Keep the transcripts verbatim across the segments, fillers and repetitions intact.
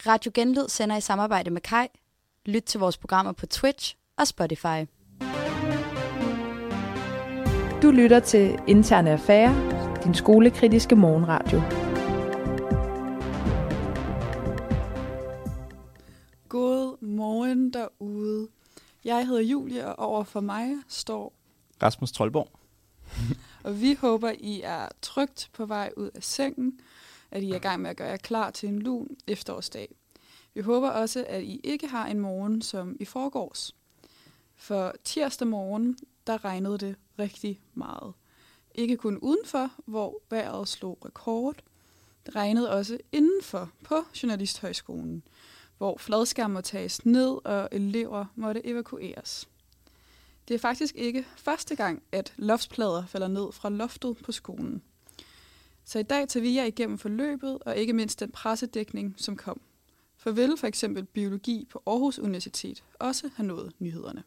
Radio Genlyd sender i samarbejde med Kai. Lyt til vores programmer på Twitch og Spotify. Du lytter til Interne Affærer, din skolekritiske morgenradio. God morgen derude. Jeg hedder Julie, og over for mig står Rasmus Troldborg. Og vi håber, I er trygt på vej ud af sengen, at I er i gang med at gøre jer klar til en lun efterårsdag. Vi håber også, at I ikke har en morgen som i forgårs. For tirsdag morgen, der regnede det rigtig meget. Ikke kun udenfor, hvor vejret slog rekord. Det regnede også indenfor på Journalisthøjskolen, hvor fladskærm må tages ned, og elever måtte evakueres. Det er faktisk ikke første gang, at loftsplader falder ned fra loftet på skolen. Så i dag tager vi jer igennem forløbet, og ikke mindst den pressedækning, som kom. For vil for eksempel biologi på Aarhus Universitet også have nået nyhederne?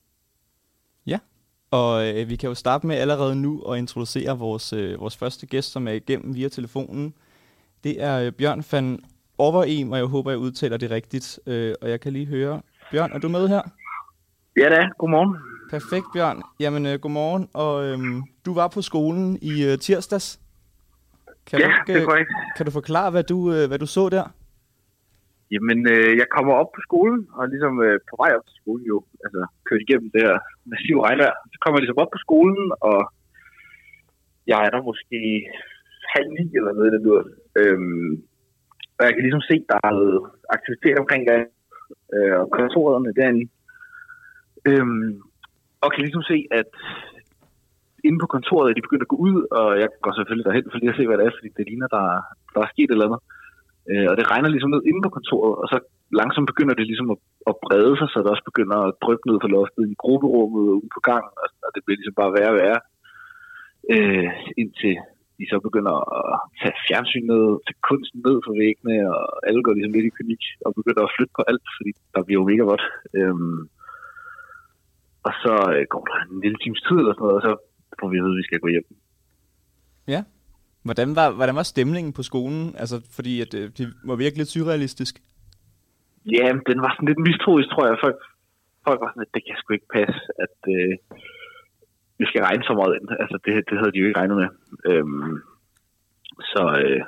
Ja, og øh, vi kan jo starte med allerede nu at introducere vores, øh, vores første gæst, som er igennem via telefonen. Det er øh, Bjørn van Overeem, og jeg håber, jeg udtaler det rigtigt. Øh, og jeg kan lige høre. Bjørn, er du med her? Ja da, godmorgen. Perfekt, Bjørn. Jamen, øh, godmorgen. Og øh, du var på skolen i øh, tirsdags. Kan ja, du, det er korrekt. Kan du forklare, hvad du, øh, hvad du så der? Jamen, øh, jeg kommer op på skolen, og ligesom øh, på vej op til skolen jo, altså kørt igennem det her massive regnvejr. Så kommer jeg ligesom op på skolen, og jeg er der måske halv ni eller noget i den dur. Øhm, og jeg kan ligesom se, der er noget aktivitet omkring det, øh, og kontorerne derinde. Øhm, og kan ligesom se, at inde på kontoret er de begyndt at gå ud, og jeg går selvfølgelig derhen for lige at se, hvad det er, fordi det ligner, der, der er sket et eller andet. Øh, og det regner ligesom ned inde på kontoret, og så langsomt begynder det ligesom at, at brede sig, så det også begynder at dryppe ned fra loftet i grupperummet og ude på gangen, og, og det bliver ligesom bare værre og værre, øh, indtil de så begynder at tage fjernsyn ned, tage kunsten ned fra væggene, og alle går ligesom lidt i panik og begynder at flytte på alt, fordi der bliver jo mega vådt. Øhm, og så øh, går der en lille times tid eller sådan noget, og så får vi at vide, at vi skal gå hjem. Ja. Hvordan var, hvordan var stemningen på skolen? Altså, fordi at, øh, det var virkelig lidt surrealistisk. Ja, den var sådan lidt mistroisk, tror jeg. Folk, folk var sådan, at det kan sgu ikke passe, at øh, vi skal regne så meget ind. Altså, det, det havde de jo ikke regnet med. Øhm, så øh,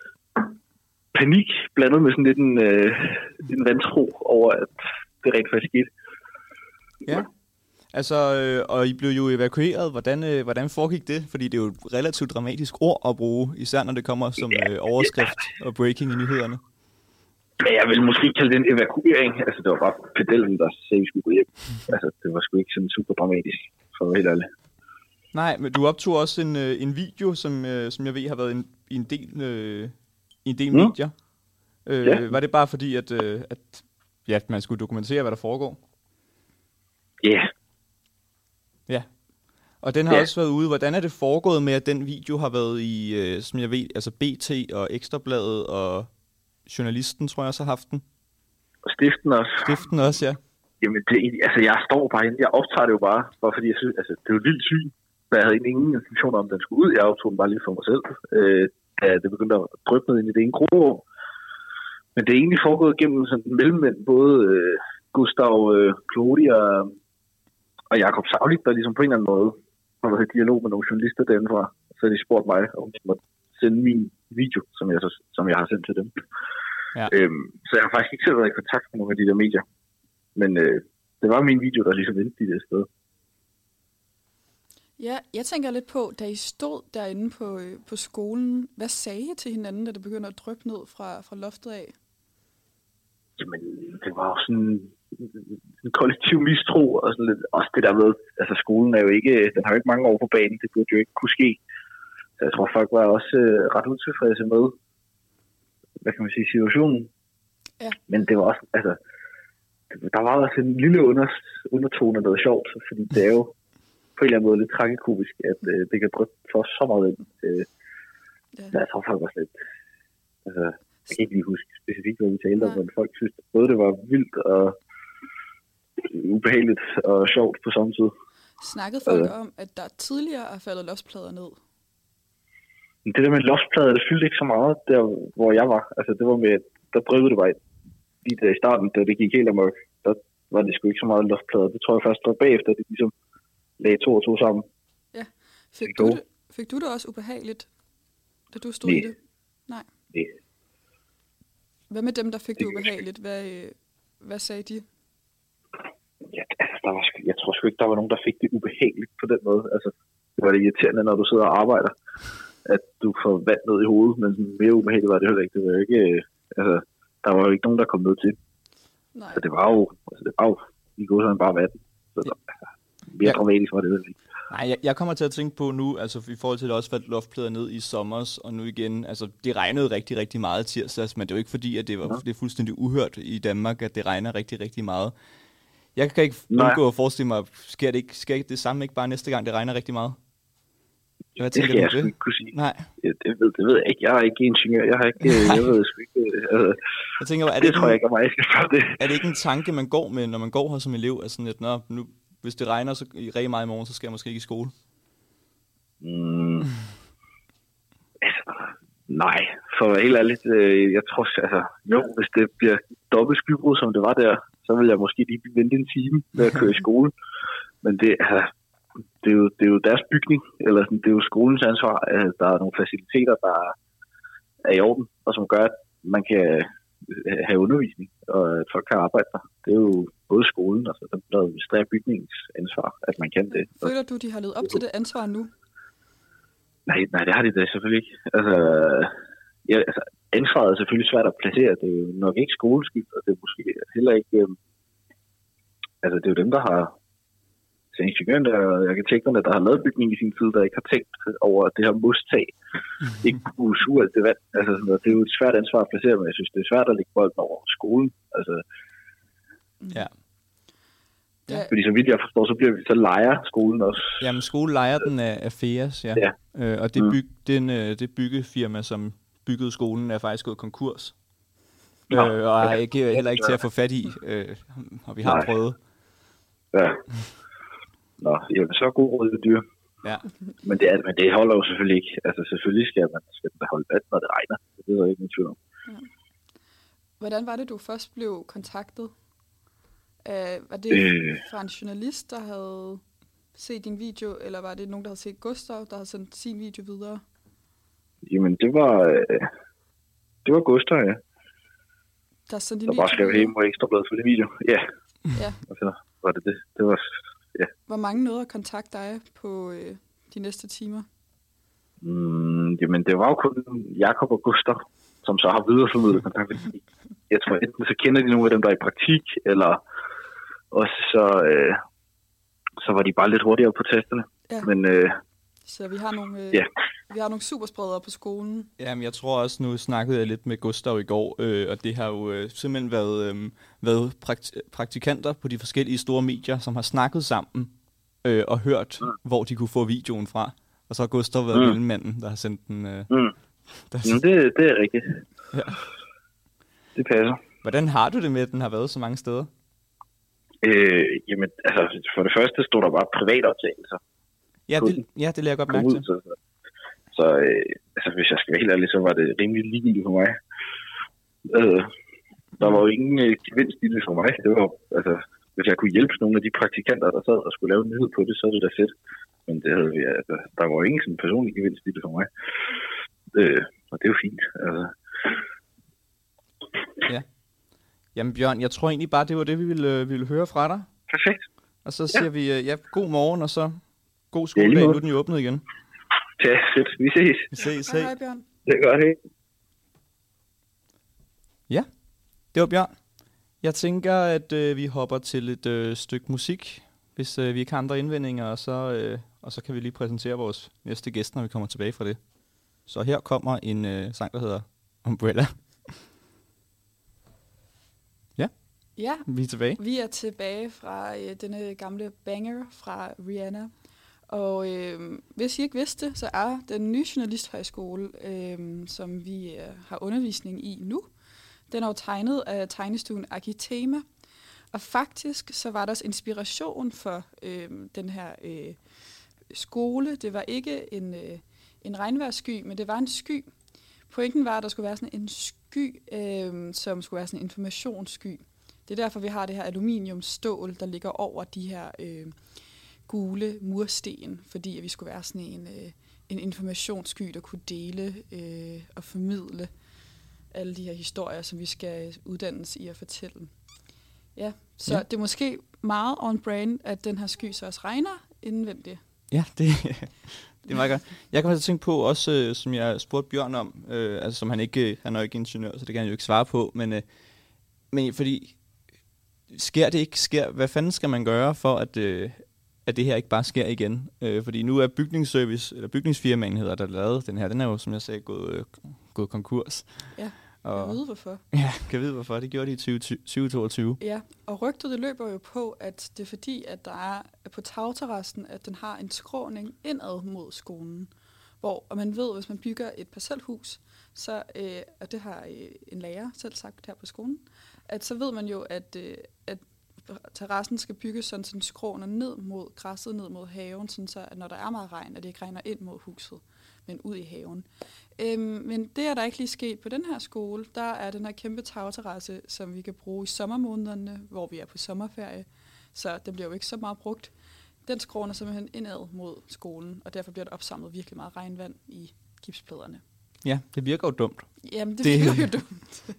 panik blandet med sådan lidt en, øh, en vantro over, at det rent faktisk skete. Ja. Altså, øh, og I blev jo evakueret. Hvordan, øh, hvordan foregik det? Fordi det er jo et relativt dramatisk ord at bruge, især når det kommer som øh, overskrift og breaking i nyhederne. Ja, jeg vil måske kalde det en evakuering. Altså, det var bare pedellen, der sagde, at vi skulle gå hjem. Altså, det var sgu ikke sådan super dramatisk, for at være helt ærlig. Nej, men du optog også en, øh, en video, som, øh, som jeg ved har været en, i en del, øh, i en del mm. medier. Øh, ja. Var det bare fordi, at, øh, at ja, man skulle dokumentere, hvad der foregår? Ja. Yeah. Ja, og den har ja. også været ude. Hvordan er det foregået med, at den video har været i, øh, som jeg ved, altså B T og Ekstrabladet og Journalisten, tror jeg også har haft den? Og Stiften også. Stiften også, ja. Jamen, det, altså jeg står bare inde, jeg optager det jo bare, bare fordi jeg synes, altså det er jo vildt sygt. Jeg havde ingen intention om, at den skulle ud. Jeg optog den bare lige for mig selv, øh, da det begyndte at dryppe ned ind i det ene gruppe. Men det er egentlig foregået gennem sådan mellemmænd, både øh, Gustav øh, Klodi og Og Jakob Saulik, der ligesom på en eller anden måde har været i dialog med nogle journalister derindefra. Så har de spurgt mig, om de måtte sende min video, som jeg, så, som jeg har sendt til dem. Ja. Øhm, så jeg har faktisk ikke selv været i kontakt med nogle af de der medier. Men øh, det var min video, der ligesom endte i det sted. Ja, jeg tænker lidt på, da I stod derinde på, øh, på skolen, hvad sagde I til hinanden, da det begynder at dryppe ned fra, fra loftet af? Jamen, det var jo sådan en kollektiv mistro, og sådan lidt, også det der med, altså skolen er jo ikke, den har jo ikke mange år på banen, det burde jo ikke kunne ske. Så jeg tror, folk var også øh, ret utilfredse med, hvad kan man sige, situationen. Ja. Men det var også, altså, der var også en lille under, undertone af noget sjovt, fordi det er jo på en eller anden måde lidt tragikomisk, at øh, det kan dryppe for så meget ind. Øh, ja. Så jeg tror, folk var lidt, altså, jeg kan ikke lige huske specifikt, hvad vi talte om, men folk synes, både det var vildt og ubehageligt og sjovt på samme tid. Snakkede folk øh. om, at der tidligere er faldet loftsplader ned? Det der med loftsplader, det fyldte ikke så meget der, hvor jeg var. Altså det var med, der dryppede det bare ind. Lige der i starten, da det gik helt amok, der var det sgu ikke så meget luftplader. Det tror jeg først var bagefter, det ligesom lagde to og to sammen. Ja. Fik du, det, fik du det også ubehageligt, da du stod Nej. i det? Nej. Nej. Hvad med dem, der fik det, Det- ubehageligt? Hvad, øh, hvad sagde de? Ja, altså, der var, sgu- jeg tror sgu ikke, der var nogen, der fik det ubehageligt på den måde. Altså, det var det irriterende, når du sidder og arbejder, at du får vand ned i hovedet, men sådan mere ubehageligt var det heller ikke. Det var jo ikke, øh, altså, der var jo ikke nogen, der kom ned til. Nej. Så det var jo, altså, det var jo, vi går sådan bare vand. Så der, mere Ja. dramatisk var det heller ikke. Nej, jeg, jeg kommer til at tænke på nu, altså i forhold til, at det også faldt luftplader ned i sommers, og nu igen, altså det regnede rigtig, rigtig meget tirsdags, men det er jo ikke fordi, at det, var, Ja. det er fuldstændig uhørt i Danmark, at det regner rigtig, rigtig meget. Jeg kan ikke Nej. undgå at forestille mig, sker det, ikke, sker det samme ikke bare næste gang, det regner rigtig meget? Hvad Det tænker skal du jeg om sgu det? ikke kunne sige. Nej, Ja, det, ved, det ved jeg ikke. Jeg er ikke ingeniør. Jeg har ikke, jeg ved sgu ikke, øh, altså, jeg tænker, er det, det ikke tror jeg en, ikke, at mig skal gøre det. er det ikke en tanke, man går med, når man går her som elev, at sådan lidt, nå, nu, hvis det regner så rigtig meget i morgen, så skal jeg måske ikke i skole? Mm. Altså, nej, for at være helt ærligt, øh, jeg tror, altså, jo, hvis det bliver dobbelt skybrud, som det var der, så vil jeg måske lige vente en time med at køre i skole. Men det, altså, det, er jo, det er jo deres bygning, eller sådan, det er jo skolens ansvar, at der er nogle faciliteter, der er i orden, og som gør, at man kan have undervisning, og at folk kan arbejde der. Det er jo både skolen og altså, der er bygningens ansvar, at man kan det. Føler du, de har levet op til det ansvar nu? Nej, nej, det har de da selvfølgelig ikke. Altså, ja, altså, ansvaret er selvfølgelig svært at placere. Det er jo nok ikke skoleskift, og det er måske heller ikke... Øhm, altså, det er jo dem, der har... Så ingeniøren og arkitekterne, der har lavet bygningen i sin tid, der ikke har tænkt over, at det her mustag ikke kunne suge alt det vand. Altså, sådan noget. Det er jo et svært ansvar at placere, men jeg synes, det er svært at lægge bolden over skolen. Altså, Ja. Ja. fordi så vidt jeg forstår, så bliver vi så lejer skolen også. Jamen, skole lejer den af, af FEAS, ja. Ja. Øh, og det, Mm. byg, den, øh, det byggefirma, som byggede skolen, er faktisk gået konkurs. Nå, Øh, og er okay. ikke, heller ikke til at få fat i, øh, og vi har Nej. prøvet. Ja. Nå, jamen, så er god råd ved dyr. Ja. Men det, er, men det holder jo selvfølgelig ikke. Altså selvfølgelig skal man skal man holde vand, når det regner. Det er der ikke nogen tvivl om. Hvordan var det, du først blev kontaktet? Uh, var det Øh. fra en journalist, der havde set din video, eller var det nogen, der havde set Gustav, der havde sendt sin video videre? Jamen det var, øh, det var Gustav, ja. Der sendte din Der video bare skrev videre? hjemme og ekstra blad for det video. Ja, Ja. og så var det det. Det var, ja. Hvor mange nåede at kontakte dig på øh, de næste timer? Mm, jamen det var jo kun Jakob og Gustav, som så har videreformidlet kontakt. Jeg tror enten så kender de nogle af dem, der er i praktik, eller også så, øh, så var de bare lidt hurtigere på testerne. Ja. Men øh, Så vi har nogle, øh, Ja. vi har nogle superspredere på skolen. Jamen, jeg tror også, nu snakkede jeg lidt med Gustav i går, øh, og det har jo øh, simpelthen været, øh, været prakt- praktikanter på de forskellige store medier, som har snakket sammen øh, og hørt, mm. hvor de kunne få videoen fra. Og så har Gustav været Mm. mellemmanden, der har sendt den. Øh, mm, der, jamen, det, det er rigtigt. Ja. Det passer. Hvordan har du det med, at den har været så mange steder? Øh, jamen, altså, for det første stod der bare privatoptagelser. Ja, det, ja, det lader jeg godt Kom mærke ud, til. så, så øh, altså, hvis jeg skal være helt ærlig, så var det rimelig ligegyldigt for mig. Øh, der var jo ingen øh, gevinst i det for mig. Det var, altså, hvis jeg kunne hjælpe nogle af de praktikanter, der sad og skulle lave en nyhed på det, så er det da fedt. Men det havde, ja, altså, der var jo ingen sådan personlig gevinst i det for mig. Øh, og det er jo fint. Altså. Ja. Jamen Bjørn, jeg tror egentlig bare, det var det, vi ville, øh, ville høre fra dig. Perfekt. Og så siger ja. vi, øh, ja, god morgen, og så god Ja, i skoledag. lige Nu måde. er den jo åbnet igen. Ja, fedt. Vi ses. Vi ses. Hej, Hej. hej Bjørn. Det er godt, hej. Ja, det var Bjørn. Jeg tænker, at øh, vi hopper til et øh, stykke musik, hvis øh, vi ikke har andre indvendinger, og så, øh, og så kan vi lige præsentere vores næste gæst, når vi kommer tilbage fra det. Så her kommer en øh, sang, der hedder Umbrella. Ja, Ja, vi er tilbage. vi er tilbage fra øh, denne gamle banger fra Rihanna. Og øh, hvis I ikke vidste, så er den nye journalisthøjskole, øh, som vi øh, har undervisning i nu, den er jo tegnet af tegnestuen Arkitema. Og faktisk så var der også inspiration for øh, den her øh, skole. Det var ikke en, øh, en regnvejrssky, men det var en sky. Pointen var, at der skulle være sådan en sky, øh, som skulle være sådan en informationssky. Det er derfor, vi har det her aluminiumstål, der ligger over de her øh, gule mursten, fordi at vi skulle være sådan en, øh, en informationssky, der kunne dele øh, og formidle alle de her historier, som vi skal uddannes i at fortælle. Ja, så ja. Det er måske meget on-brand, at den her sky så også regner indvendigt. Ja, det, det er meget godt. Jeg kan også tænke på, også øh, som jeg spurgte Bjørn om, øh, altså som han ikke, han er jo ikke ingeniør, så det kan han jo ikke svare på, men, øh, men fordi, sker det ikke, sker, hvad fanden skal man gøre for, at, øh, at det her ikke bare sker igen? Øh, fordi nu er bygningsservice, eller bygningsfirmaen hedder, der lavede den her, den er jo, som jeg sagde, gået, øh, gået konkurs. Ja. Og, jeg ved hvorfor. Ja, kan vide hvorfor. Det gjorde de i tyve toogtyve. Ja, og rygtet det løber jo på, at det er fordi, at der er på tagterrassen, at den har en skråning indad mod skolen. Hvor, og man ved, hvis man bygger et parcelhus, så, øh, og det har øh, en lærer selv sagt her på skolen, at så ved man jo, at, øh, at terrassen skal bygges sådan, så den skråner ned mod græsset, ned mod haven, sådan så at når der er meget regn, at det ikke regner ind mod huset, men ud i haven. Øhm, men det er der ikke lige sket på den her skole. Der er den her kæmpe tagterrasse, som vi kan bruge i sommermånederne, hvor vi er på sommerferie. Så den bliver jo ikke så meget brugt. Den skråner simpelthen indad mod skolen, og derfor bliver der opsamlet virkelig meget regnvand i gipspladerne. Ja, det virker jo dumt. Jamen, det, det virker jo dumt.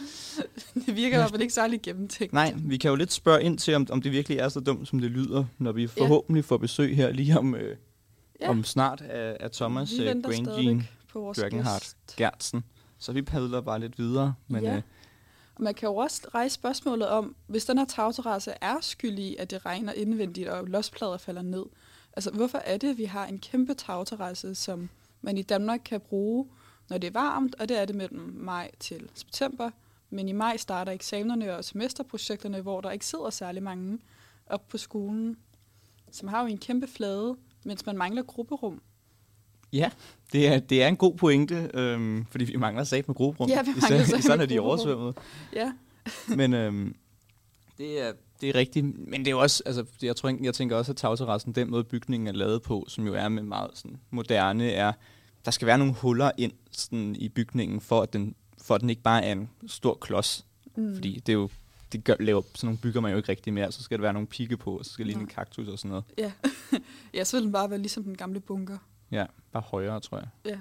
Det virker i hvert fald ikke særlig gennemtænkt. Nej, vi kan jo lidt spørge ind til, om, om det virkelig er så dumt, som det lyder, når vi forhåbentlig ja. får besøg her lige om, øh, ja. om snart af, af Thomas uh, Grandjean Dragonhardt Gertsen. Så vi padler bare lidt videre. Men, ja. øh, og man kan jo også rejse spørgsmålet om, hvis den her tagterrasse er skyld i, at det regner indvendigt, og losplader falder ned. Altså, hvorfor er det, at vi har en kæmpe tagterrasse, som man i Danmark kan bruge, når det er varmt, og det er det mellem maj til september. Men i maj starter eksamenerne og semesterprojekterne, hvor der ikke sidder særlig mange op på skolen, som har jo en kæmpe flade, mens man mangler grupperum. Ja, det er, det er en god pointe, øhm, fordi vi mangler sat med grupperum, ja, vi mangler især, især når de er oversvømmet. Ja. Men øhm, det, er, det er rigtigt, men det er jo også, altså, jeg, tror, jeg tænker også, at tagterrassen, den måde bygningen er lavet på, som jo er med meget sådan, moderne, er, der skal være nogle huller ind sådan, i bygningen, for at, den, for at den ikke bare er en stor klods. Mm. Fordi det er jo, det gør, laver, sådan nogle bygger man jo ikke rigtig mere, så skal der være nogle pigge på, og så skal det ligne en kaktus og sådan noget. Ja. Ja, så vil den bare være ligesom den gamle bunker. Ja, bare højere, tror jeg. Ja.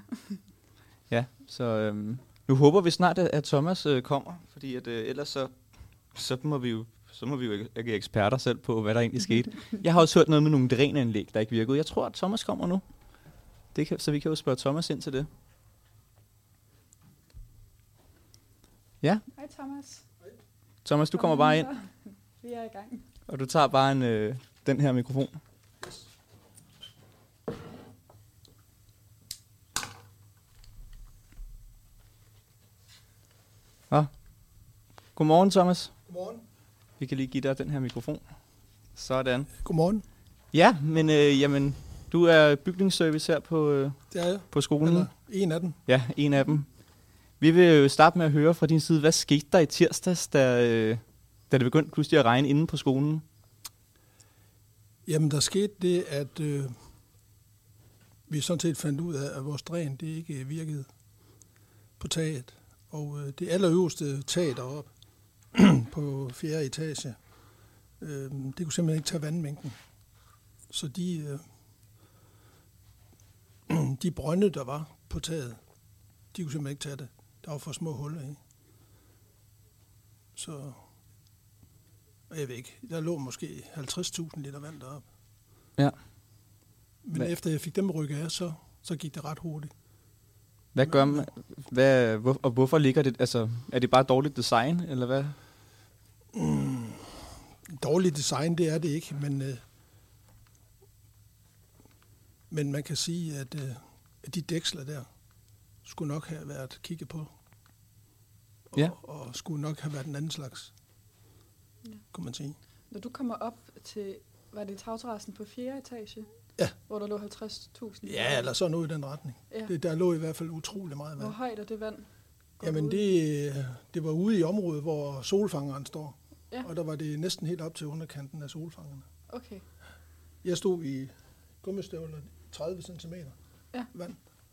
Ja, så øhm, nu håber vi snart, at, at Thomas øh, kommer, fordi at, øh, ellers så, så må vi jo så må vi jo ikke eksperter selv på, hvad der egentlig skete. Jeg har også hørt noget med nogle dræneanlæg, der ikke virkede. Jeg tror, at Thomas kommer nu. Det kan, så vi kan jo spørge Thomas ind til det. Ja. Hej Thomas. Thomas, du kommer bare ind. Vi er i gang. Og du tager bare en, øh, den her mikrofon. Ja. Godmorgen, Thomas. Godmorgen. Vi kan lige give dig den her mikrofon. Sådan. Godmorgen. Ja, men øh, jamen, du er bygningsservice her på, øh, det er jeg. på skolen. Eller en af dem. Ja, en af dem. Vi vil starte med at høre fra din side, hvad skete der i tirsdags, da, øh, da det begyndte pludselig at regne inde på skolen? Jamen, der skete det, at øh, vi sådan set fandt ud af, at vores dræn det ikke virkede på taget. Og øh, det allerøverste tag deroppe på fjerde etage, øh, det kunne simpelthen ikke tage vandmængden. Så de, øh, de brønde, der var på taget, de kunne simpelthen ikke tage det. Der var for små huller i. Så jeg ved ikke, der lå måske halvtreds tusind liter vand deroppe. Ja. Men Hvad? efter jeg fik dem rykket af, så, så gik det ret hurtigt. Hvad gør man? Hvad, hvor, og hvorfor ligger det? Altså, er det bare dårligt design, eller hvad? Mm, dårligt design, det er det ikke, men, øh, men man kan sige, at, øh, at de dæksler der skulle nok have været kigget på. Og, ja. og skulle nok have været en anden slags, ja. kunne man sige. Når du kommer op til, var det tagterrassen på fjerde etage? Ja. Hvor der lå halvtreds tusind? Ja, eller så noget i den retning. Ja. Det, der lå i hvert fald utrolig meget vand. Hvor højt er det vand? Jamen, det, det var ude i området, hvor solfangeren står. Ja. Og der var det næsten helt op til underkanten af solfangerne. Okay. Jeg stod i gummistøvler tredive centimeter ja. vand.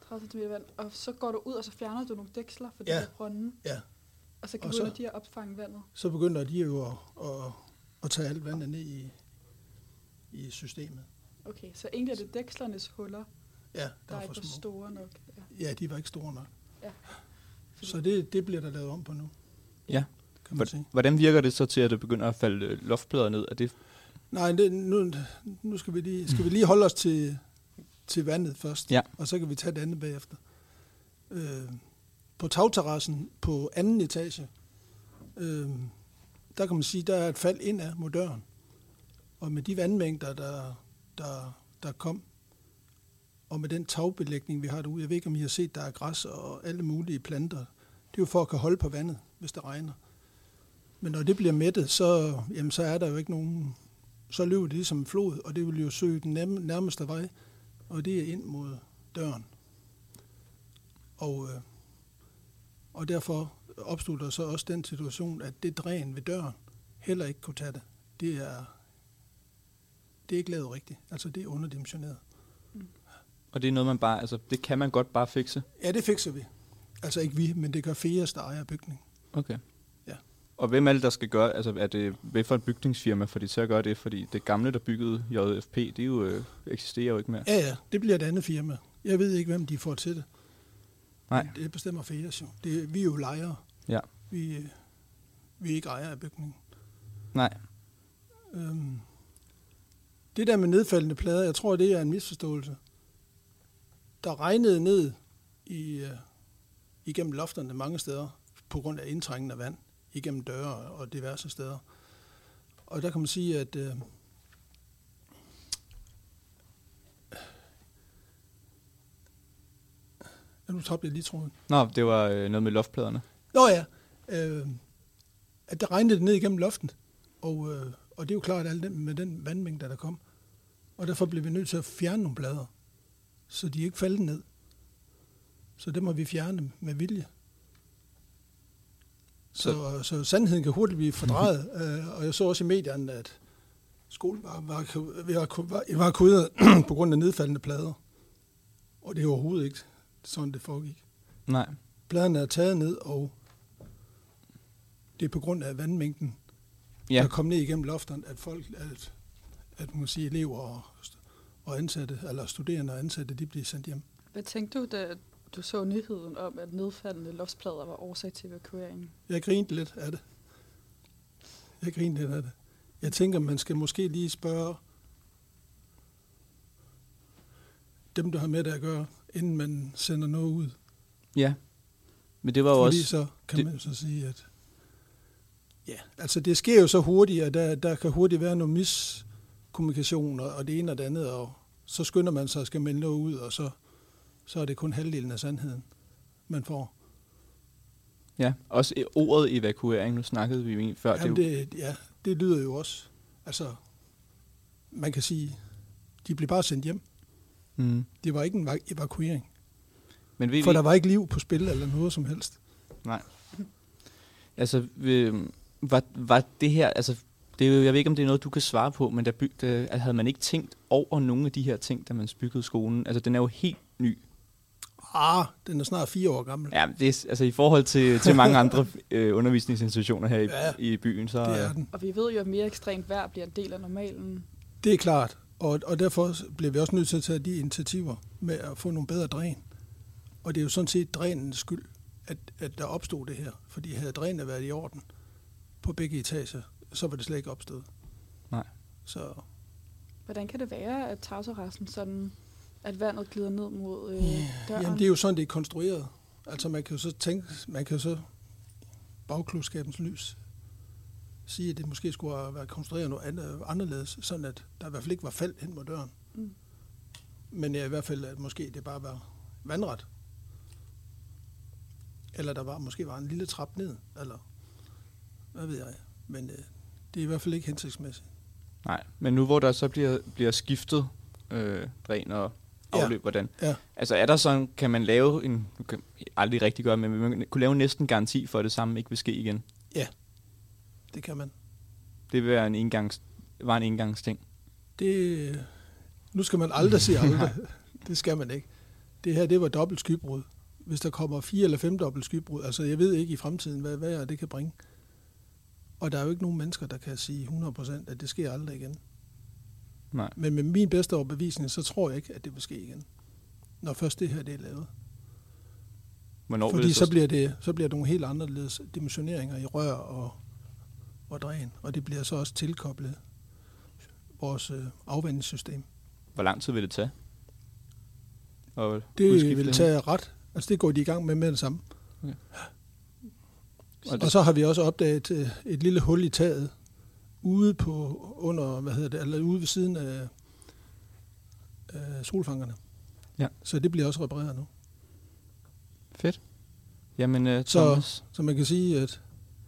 tredive centimeter vand. Og så går du ud, og så fjerner du nogle dæksler for Ja. de der brønde. Ja. Og så kan Og begynder så- de at opfange vandet. Så begynder de jo at, at, at tage alt vandet ned i, i systemet. Okay, så egentlig er det dækslernes huller, Ja, der, der er ikke for var små. store nok. Ja. Ja, de var ikke store nok. Ja. Så det, det bliver der lavet om på nu. Ja. Kan man sige. Hvordan virker det så til, at det begynder at falde øh, loftplader ned? Er det Nej, det, nu, nu skal, vi lige, skal vi lige holde os til, til vandet først, Ja. og så kan vi tage det andet bagefter. Øh, på tagterrassen på anden etage, øh, der kan man sige, der er et fald ind af mod døren. Og med de vandmængder, der, der, der kom, og med den tagbelægning, vi har derude, jeg ved ikke, om I har set, der er græs og alle mulige planter. Det er jo for at kunne holde på vandet, hvis det regner. Men når det bliver mættet, så, jamen, så er der jo ikke nogen... Så løber det ligesom en flod, og det vil jo søge den nærmeste vej, og det er ind mod døren. Og, øh, og derfor opstod der så også den situation, at det dræn ved døren heller ikke kunne tage det. Det er, det er ikke lavet rigtigt. Altså, det er underdimensioneret. Og det er noget, man bare, altså det kan man godt bare fikse? Ja, det fikser vi. Altså ikke vi, men det gør F E A S, der ejer bygningen. Okay. Ja. Og hvem er det, der skal gøre, altså er det hvad for et bygningsfirma for de til at gøre det? Fordi det gamle, der byggede J F P, det er jo, øh, eksisterer jo ikke mere. Ja, ja, det bliver et andet firma. Jeg ved ikke, hvem de får til det. Nej. Det bestemmer F E A S jo. Det, vi er jo lejere. Ja. Vi, vi er ikke ejere af bygningen. Nej. Øhm, det der med nedfaldende plader, jeg tror, det er en misforståelse. Der regnede ned i, uh, igennem lofterne mange steder, på grund af indtrængende af vand, igennem døre og diverse steder. Og der kan man sige, at uh, ja, nu tabte jeg lige tråden. Nå, det var øh, noget med loftpladerne. Nå ja, øh, at der regnede det ned igennem loften, og, øh, og det er jo klart, alt den, med den vandmængde, der kom. Og derfor blev vi nødt til at fjerne nogle plader, så de ikke faldt ned. Så det må vi fjerne med vilje. Så, så, så sandheden kan hurtigt blive fordrejet, øh, og jeg så også i medierne, at skolen var, var, var, var evakueret på grund af nedfaldende plader. Og det er overhovedet ikke sådan, det foregik. Nej. Pladerne er taget ned, og det er på grund af vandmængden, Ja. der kom ned igennem lofterne, at folk, at, at man kan sige, elever og, og ansatte, eller studerende og ansatte, de bliver sendt hjem. Hvad tænkte du, da du så nyheden om, at nedfaldende loftsplader var årsag til evakueringen? Jeg grinte lidt af det. Jeg grinte lidt af det. Jeg tænker, man skal måske lige spørge dem, der har med det at gøre, inden man sender noget ud. Ja. Men det var jo Fordi også... så kan det- man så sige, at ja, altså det sker jo så hurtigt, at der, der kan hurtigt være noget miskommunikation, og, og det ene og det andet, og så skynder man sig og skal melde noget ud, og så, så er det kun halvdelen af sandheden, man får. Ja, også i ordet evakuering, nu snakkede vi jo egentlig før. Jamen det er jo, det, ja, det lyder jo også, altså man kan sige, de blev bare sendt hjem. mm. Det var ikke en va- evakuering, Men ved for vi, der var ikke liv på spil eller noget som helst. nej. Altså, øh, var, var det her, altså, det er jo, jeg ved ikke, om det er noget, du kan svare på, men der by, der, havde man ikke tænkt over nogle af de her ting, da man byggede skolen? Altså, den er jo helt ny. Ah, den er snart fire år gammel. Ja, det er, altså i forhold til, til mange andre øh, undervisningsinstitutioner her i, Ja, i byen, så... Det er øh, den. Og vi ved jo, at mere ekstremt vejr bliver en del af normalen. Det er klart, og, og derfor bliver vi også nødt til at tage de initiativer med at få nogle bedre dræn. Og det er jo sådan set drænens skyld, at, at der opstod det her. Fordi havde drænet været i orden på begge etager, så var det slet ikke opstået. Nej. Så Hvordan kan det være, at tagterrassen sådan, at vandet glider ned mod øh, døren? jamen, det er jo sådan, det er konstrueret. Altså man kan jo så tænke, man kan jo så bagklodskabens lys sige, at det måske skulle have været konstrueret noget andet, anderledes, sådan at der i hvert fald ikke var fald hen mod døren. Mm. Men ja, i hvert fald, at måske det bare var vandret. Eller der var måske var en lille trap ned, eller hvad ved jeg. Men øh, det er i hvert fald ikke hensigtsmæssigt. Nej, men nu hvor der så bliver, bliver skiftet øh, dræn og afløb, ja. hvordan? Ja. Altså er der sådan, kan man lave en, nu kan jeg aldrig rigtig gøre, men man kunne lave næsten garanti for, at det samme ikke vil ske igen? Det kan man. Det vil være en engangs, var en engangsting. Det, nu skal man aldrig sige aldrig. Det skal man ikke. det her, det var dobbelt skybrud. Hvis der kommer fire eller fem dobbelt skybrud, altså jeg ved ikke i fremtiden, hvad, hvad det kan bringe. Og der er jo ikke nogen mennesker, der kan sige hundrede procent, at det sker aldrig igen. Nej. Men med min bedste overbevisning, så tror jeg ikke, at det vil ske igen. Når først det her det er lavet. Hvornår Fordi det så, så bliver det så bliver det nogle helt anderledes dimensioneringer i rør og, og dræn. Og det bliver så også tilkoblet vores øh, afvandingssystem. Hvor lang tid vil det tage? Og det vil tage ret. Altså det går de i gang med med det samme. Okay. Og, og så har vi også opdaget et, et lille hul i taget ude på under hvad hedder det, eller ude ved siden af, af solfangerne. Ja. Så det bliver også repareret nu. Fedt. Jamen, uh, Thomas. Så, så man kan sige, at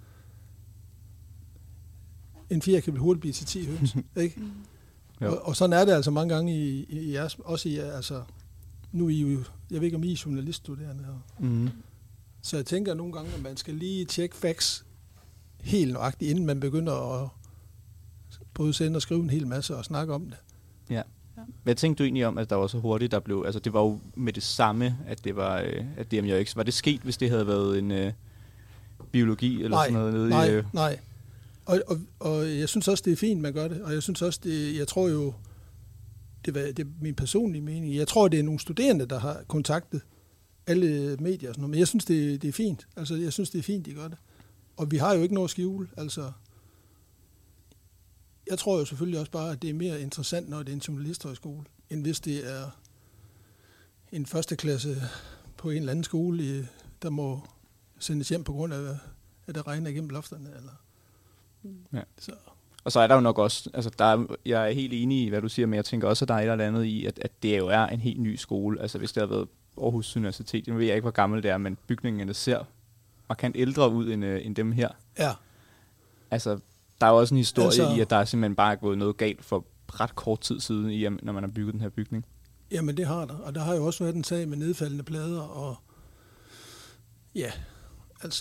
en fjer kan hurtigt blive til ti høns, ikke? og, og sådan er det altså mange gange i, i, i jeres, også i altså nu er I jo, jeg ved ikke om I er journaliststuderende her. Mm. Så jeg tænker nogle gange, at man skal lige tjekke facts helt nøjagtigt, inden man begynder at både sende og skrive en hel masse og snakke om det. Ja. Hvad tænkte du egentlig om, at der var så hurtigt, der blev, altså det var jo med det samme, at det var, øh, at D M J X, var det sket, hvis det havde været en øh, biologi eller nej, sådan noget nede nej, i... Øh... Nej, og, og, og jeg synes også, det er fint, man gør det, og jeg synes også, det, jeg tror jo, det, var, det er min personlige mening, jeg tror, det er nogle studerende, der har kontaktet alle medier og sådan noget, men jeg synes, det, det er fint, altså jeg synes, det er fint, de gør det. Og vi har jo ikke noget at skjule, altså... Jeg tror jo selvfølgelig også bare, at det er mere interessant, når det er en journalisthøjskole, end hvis det er en første klasse på en eller anden skole, der må sendes hjem på grund af, at det regner igennem lofterne. Eller. Ja. Så. Og så er der jo nok også, altså der er, jeg er helt enig i, hvad du siger, men jeg tænker også, at der er et eller andet i, at, at det jo er en helt ny skole. Altså hvis det har været Aarhus Universitet, jeg ved jeg ikke, hvor gammel det er, men bygningerne ser markant ældre ud end, end dem her. Ja. Altså... Der er jo også en historie altså, i, at der er simpelthen bare gået noget galt for ret kort tid siden, i, når man har bygget den her bygning. Jamen det har der, og der har jo også været en sag med nedfaldende plader, og ja, altså,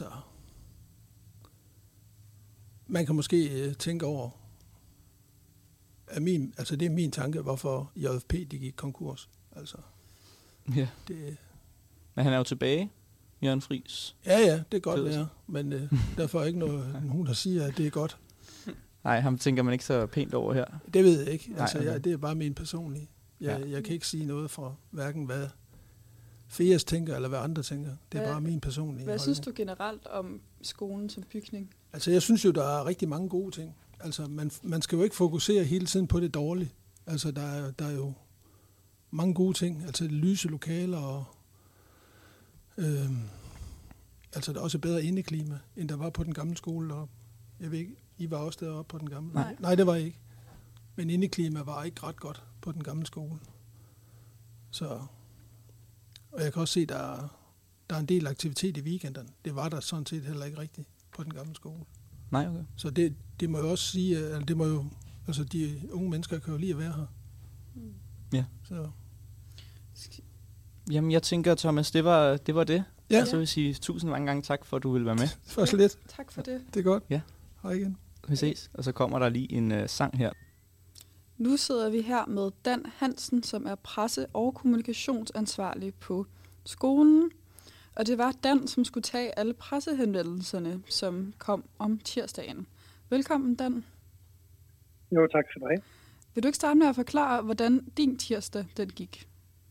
man kan måske tænke over, at min, altså det er min tanke, hvorfor J F P de gik konkurs. Altså, ja. Det, men han er jo tilbage, Jørgen Friis. Ja, ja, det er godt, det er, men øh, derfor er ikke noget, nogen, der siger, at det er godt. Nej, ham tænker man ikke så pænt over her. Det ved jeg ikke. Altså, Nej, okay. jeg, det er bare min personlige. Jeg, ja. jeg kan ikke sige noget fra hverken hvad F E A S tænker, eller hvad andre tænker. Det er hvad, bare min personlige. Hvad synes du generelt om skolen som bygning? Altså, jeg synes jo, der er rigtig mange gode ting. Altså, man, man skal jo ikke fokusere hele tiden på det dårlige. Altså, der er, der er jo mange gode ting. Altså, lyse lokaler og... Øh, altså, der er også bedre indeklima, end der var på den gamle skole deroppe. Jeg ved ikke, I var også deroppe på den gamle? Nej. Nej, det var I ikke. Men indeklima var ikke ret godt på den gamle skole. Så, og jeg kan også se, at der, der er en del aktivitet i weekenderne. Det var der sådan set heller ikke rigtigt på den gamle skole. Nej, okay. Så det, det må jo også sige, at det må jo, altså de unge mennesker kan jo lige at være her. Mm. Ja. Så. Jamen, jeg tænker, Thomas, det var det. Var det. Ja. Og så vil jeg sige tusind mange gange tak, for at du ville være med. Det var så lidt. Tak for det. Det er godt. Ja. Hej igen. Vi ses. Og så kommer der lige en uh, sang her. Nu sidder vi her med Dan Hansen, som er presse- og kommunikationsansvarlig på skolen. Og det var Dan, som skulle tage alle pressehenvendelserne, som kom om tirsdagen. Velkommen, Dan. Jo, tak skal du have. Vil du ikke starte med at forklare, hvordan din tirsdag den gik?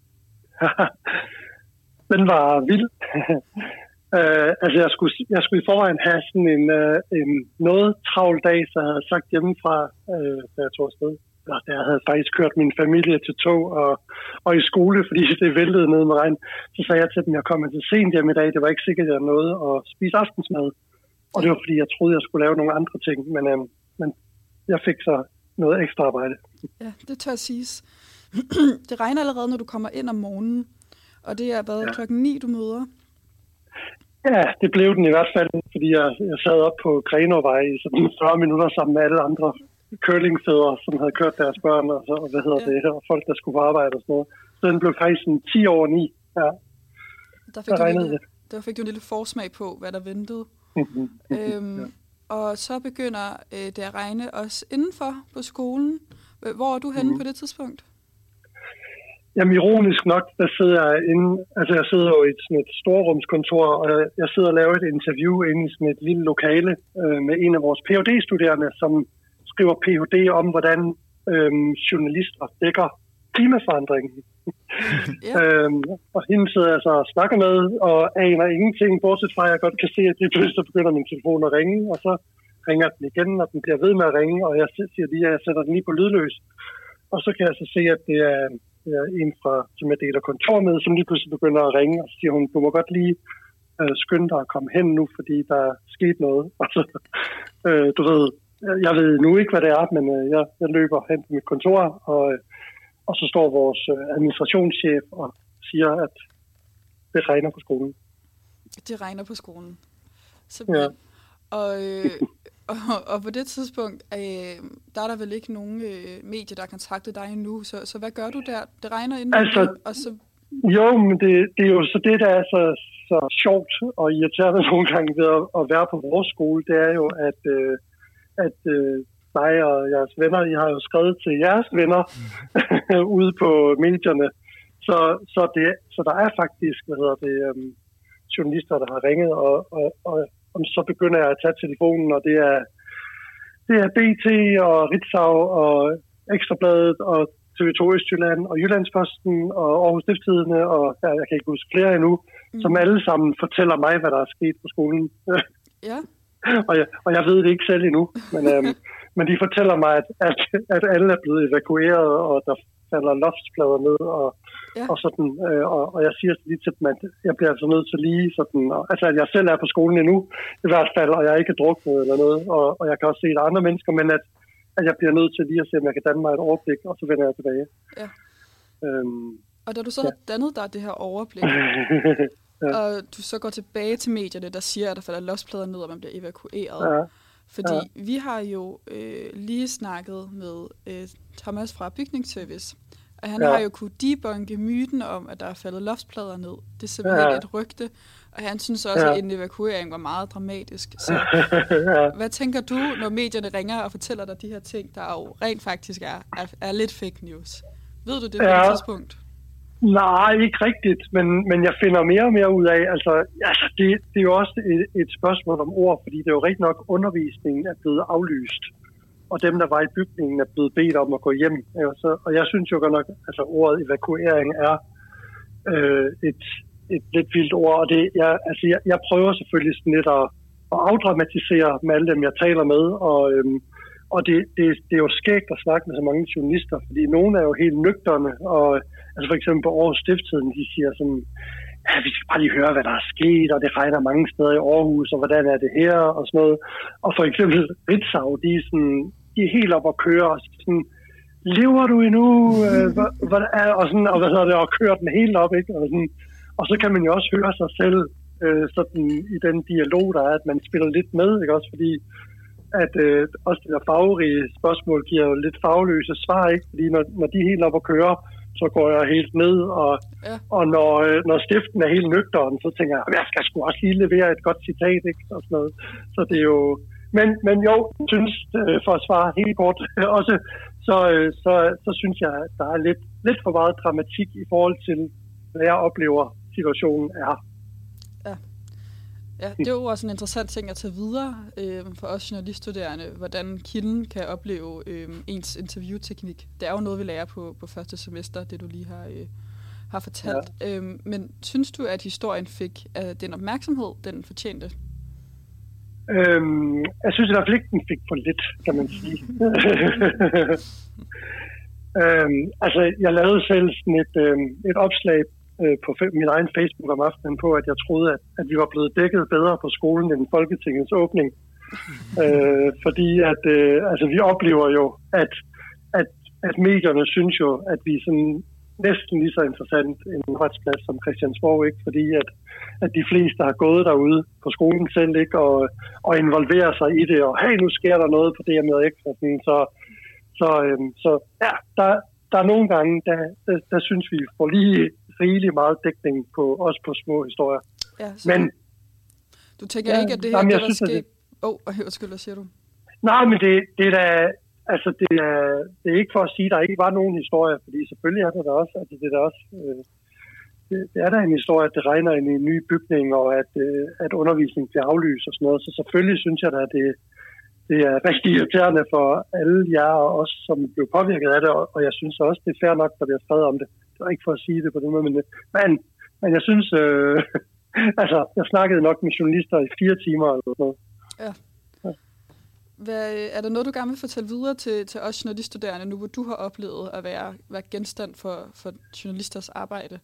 Den var vild. uh, altså, jeg skulle, jeg skulle i forvejen have sådan en, uh, en noget travl dag, så jeg havde sagt hjemmefra, uh, da jeg tog afsted. Jeg havde faktisk kørt min familie til tog og, og i skole, fordi det væltede ned med regn. Så sagde jeg til dem, at jeg kom til sent hjem i dag. Det var ikke sikkert, at jeg nåede at spise aftensmad. Og det var, fordi jeg troede, jeg skulle lave nogle andre ting. Men, øh, men jeg fik så noget ekstra arbejde. Ja, det tør siges. Det regner allerede, når du kommer ind om morgenen. Og det er været ja. klokken ni, du møder. Ja, det blev den i hvert fald, fordi jeg, jeg sad op på Grenåvej i sådan fyrre minutter sammen med alle andre curlingfædre, som havde kørt deres børn, og, så, og hvad hedder ja. det, og folk, der skulle på arbejde og sådan noget. Så den blev faktisk en ti over ni. Ja. Der fik, du lille, der fik du en lille forsmag på, hvad der ventede. øhm, ja. Og så begynder øh, det at regne også indenfor på skolen. Hvor er du henne mm. på det tidspunkt? Jamen ironisk nok, der sidder jeg inde, altså jeg sidder jo i et, sådan et storrumskontor, og jeg, jeg sidder og laver et interview inde i sådan et lille lokale øh, med en af vores P H D-studerende, som skriver P H D om, hvordan øh, journalister dækker klimaforandringen. Yeah. øhm, og hende sidder jeg så og snakker med, og aner ingenting, bortset fra, at jeg godt kan se, at det pludselig begynder min telefon at ringe, og så ringer den igen, og den bliver ved med at ringe, og jeg siger lige, at jeg sætter den lige på lydløs. Og så kan jeg så se, at det er, det er en fra, som jeg deler kontor med, som lige pludselig begynder at ringe, og så siger hun, du må godt lige øh, skynde dig at komme hen nu, fordi der er sket noget. Og så, øh, du ved, jeg ved nu ikke, hvad det er, men øh, jeg, jeg løber hen på mit kontor, og øh, Og så står vores administrationschef og siger, at det regner på skolen. Det regner på skolen. Så, ja. og, øh, og, og på det tidspunkt, øh, der er der vel ikke nogen øh, medier, der har kontaktet dig endnu. Så, så hvad gør du der? Det regner inden. Altså, og så... Jo, men det, det er jo så det, der er så, så sjovt og irriterende nogle gange ved at, at være på vores skole. Det er jo, at... Øh, at øh, dig og jeres venner, I har jo skrevet til jeres venner ude på medierne. Så, så, det, så der er faktisk, hvad hedder det, um, journalister, der har ringet, og, og, og, og så begynder jeg at tage telefonen, og det er, det er B T og Ritzau og Ekstrabladet og T V to Østjylland og Jyllandsposten og Aarhus Stiftstidende, og ja, jeg kan ikke huske flere endnu, mm. som alle sammen fortæller mig, hvad der er sket på skolen. Ja. og, jeg, og jeg ved det ikke selv endnu, men... Um, Men de fortæller mig, at, at, at alle er blevet evakueret, og der falder loftsplader ned, og, ja. og sådan, øh, og, og jeg siger lige til dem, at jeg bliver altså nødt til lige sådan, og, altså at jeg selv er på skolen endnu, i hvert fald, og jeg er ikke druknet eller noget, og, og jeg kan også se, at der er andre mennesker, men at, at jeg bliver nødt til lige at se, om jeg kan danne mig et overblik, og så vender jeg tilbage. Ja. Øhm, og da du så ja. har dannet dig det her overblik, ja. og du så går tilbage til medierne, der siger, at der falder loftsplader ned, og man bliver evakueret, ja. Fordi ja. vi har jo øh, lige snakket med øh, Thomas fra Bygningsservice, og han ja. har jo kunne debunke myten om, at der er faldet loftsplader ned. Det er simpelthen ja. et rygte, og han synes også, ja. at en evakuering var meget dramatisk. Så ja. hvad tænker du, når medierne ringer og fortæller dig de her ting, der jo rent faktisk er, er, er lidt fake news? Ved du det på ja. det tidspunkt? Nej, ikke rigtigt, men, men jeg finder mere og mere ud af, altså, altså det, det er jo også et, et spørgsmål om ord, fordi det er jo rigtig nok, undervisningen er blevet aflyst, og dem, der var i bygningen, er blevet bedt om at gå hjem. Altså, og jeg synes jo godt nok, altså ordet evakuering er øh, et, et lidt vildt ord, og det, jeg, altså, jeg, jeg prøver selvfølgelig sådan lidt at, at afdramatisere med alle dem, jeg taler med, og, øhm, og det, det, det er jo skægt at snakke med så mange journalister, fordi nogle er jo helt nøgterne, og altså for eksempel på Aarhus Stiftstidende, de siger sådan, ja, vi skal bare lige høre, hvad der er sket, og det regner mange steder i Aarhus, og hvordan er det her, og sådan noget. Og for eksempel Ritzau, de er, sådan, de er helt op at køre, og sådan, lever du endnu? Øh, hvad, hvad er, og, sådan, og hvad hedder det, og kører den helt op, ikke? Og, sådan, og så kan man jo også høre sig selv øh, sådan, i den dialog, der er, at man spiller lidt med, ikke også? Fordi at øh, også det der farverige spørgsmål giver jo lidt farveløse svar, ikke? Fordi når, når de er helt op at køre, så går jeg helt ned, og, ja. og når, når stiften er helt nøgteren, så tænker jeg, jeg skal sgu også lige levere et godt citat, ikke? Og sådan noget. Så det er jo... Men, men jo, jeg synes, for at svare helt kort også, så, så, så synes jeg, at der er lidt, lidt for meget dramatik i forhold til, hvad jeg oplever, situationen er. Ja. Ja, det er jo også en interessant ting at tage videre øh, for os journaliststuderende, hvordan kilden kan opleve øh, ens interviewteknik. Det er jo noget, vi lærer på, på første semester, det du lige har, øh, har fortalt. Ja. Øh, men synes du, at historien fik øh, den opmærksomhed, den fortjente? Øhm, jeg synes i hvert fald ikke, den fik for lidt, kan man sige. øhm, altså, jeg lavede selv sådan et, øh, et opslag på min egen Facebook om aftenen på, at jeg troede, at, at vi var blevet dækket bedre på skolen end Folketingets åbning. øh, fordi at øh, altså, vi oplever jo, at, at, at medierne synes jo, at vi er sådan næsten lige så interessant en retsplads som Christiansborg, ikke? Fordi at, at de fleste har gået derude på skolen selv, ikke? Og, og involverer sig i det, og hey, nu sker der noget på D M X. Så, så, øh, så ja, der, der er nogle gange, der, der, der synes vi får lige rigelig meget dækning på, også på små historier. Ja, men du tænker ja, ikke, at det her, jamen, det der sker... Åh, oh, undskyld, hvad siger du? Nej, men det, det er da... altså det er, det er ikke for at sige, at der ikke var nogen historie, fordi selvfølgelig er der da også, altså det er der også, øh, det, det er der en historie, at det regner ind i en ny bygning, og at, øh, at undervisning bliver aflyst og sådan noget, så selvfølgelig synes jeg da, at det, det er rigtig irriterende for alle jer og os, som blev påvirket af det, og jeg synes også, det er fair nok, at der bliver skrevet om det. Det er ikke for at sige det på den måde, men, men, men jeg synes, øh, altså jeg snakkede nok med journalister i fire timer eller sådan noget. Ja. Hvad, er der noget, du gerne vil fortælle videre til, til os journaliststuderende, nu hvor du har oplevet at være, være genstand for, for journalisters arbejde?